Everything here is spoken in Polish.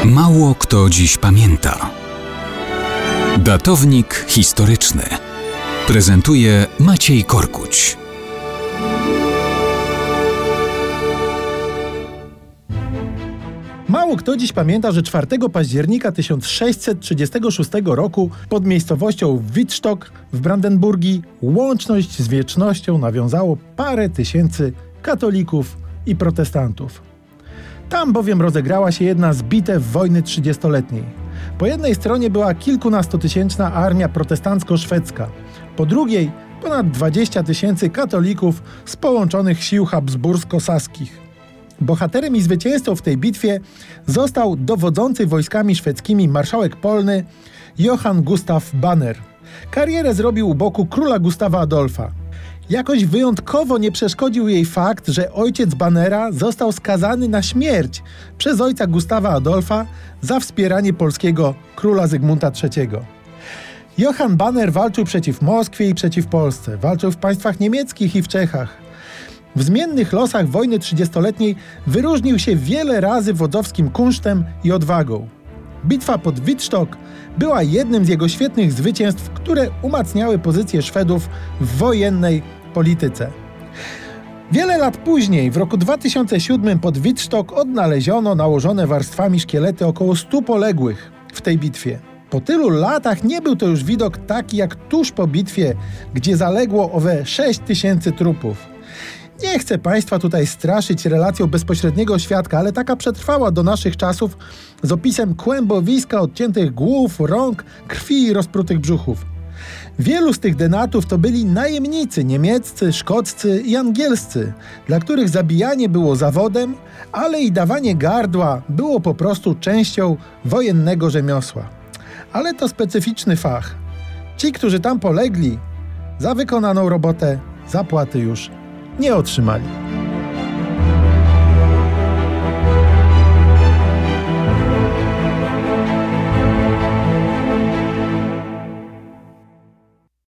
Mało kto dziś pamięta. Datownik historyczny prezentuje Maciej Korkuć. Mało kto dziś pamięta, że 4 października 1636 roku pod miejscowością Wittstock w Brandenburgii łączność z wiecznością nawiązało parę tysięcy katolików i protestantów. Tam bowiem rozegrała się jedna z bitew wojny 30-letniej. Po jednej stronie była kilkunastotysięczna armia protestancko-szwedzka, po drugiej ponad 20 000 katolików z połączonych sił habsbursko-saskich. Bohaterem i zwycięzcą w tej bitwie został dowodzący wojskami szwedzkimi marszałek polny Johann Gustaf Banner. Karierę zrobił u boku króla Gustawa Adolfa. Jakoś wyjątkowo nie przeszkodził jej fakt, że ojciec Bannera został skazany na śmierć przez ojca Gustawa Adolfa za wspieranie polskiego króla Zygmunta III. Johann Banner walczył przeciw Moskwie i przeciw Polsce. Walczył w państwach niemieckich i w Czechach. W zmiennych losach wojny 30-letniej wyróżnił się wiele razy wodzowskim kunsztem i odwagą. Bitwa pod Wittstock była jednym z jego świetnych zwycięstw, które umacniały pozycję Szwedów w wojennej polityce. Wiele lat później, w roku 2007 pod Wittstock odnaleziono nałożone warstwami szkielety około 100 poległych w tej bitwie. Po tylu latach nie był to już widok taki jak tuż po bitwie, gdzie zaległo owe 6 000 trupów. Nie chcę Państwa tutaj straszyć relacją bezpośredniego świadka, ale taka przetrwała do naszych czasów z opisem kłębowiska odciętych głów, rąk, krwi i rozprutych brzuchów. Wielu z tych denatów to byli najemnicy niemieccy, szkoccy i angielscy, dla których zabijanie było zawodem, ale i dawanie gardła było po prostu częścią wojennego rzemiosła. Ale to specyficzny fach. Ci, którzy tam polegli, za wykonaną robotę zapłaty już nie otrzymali.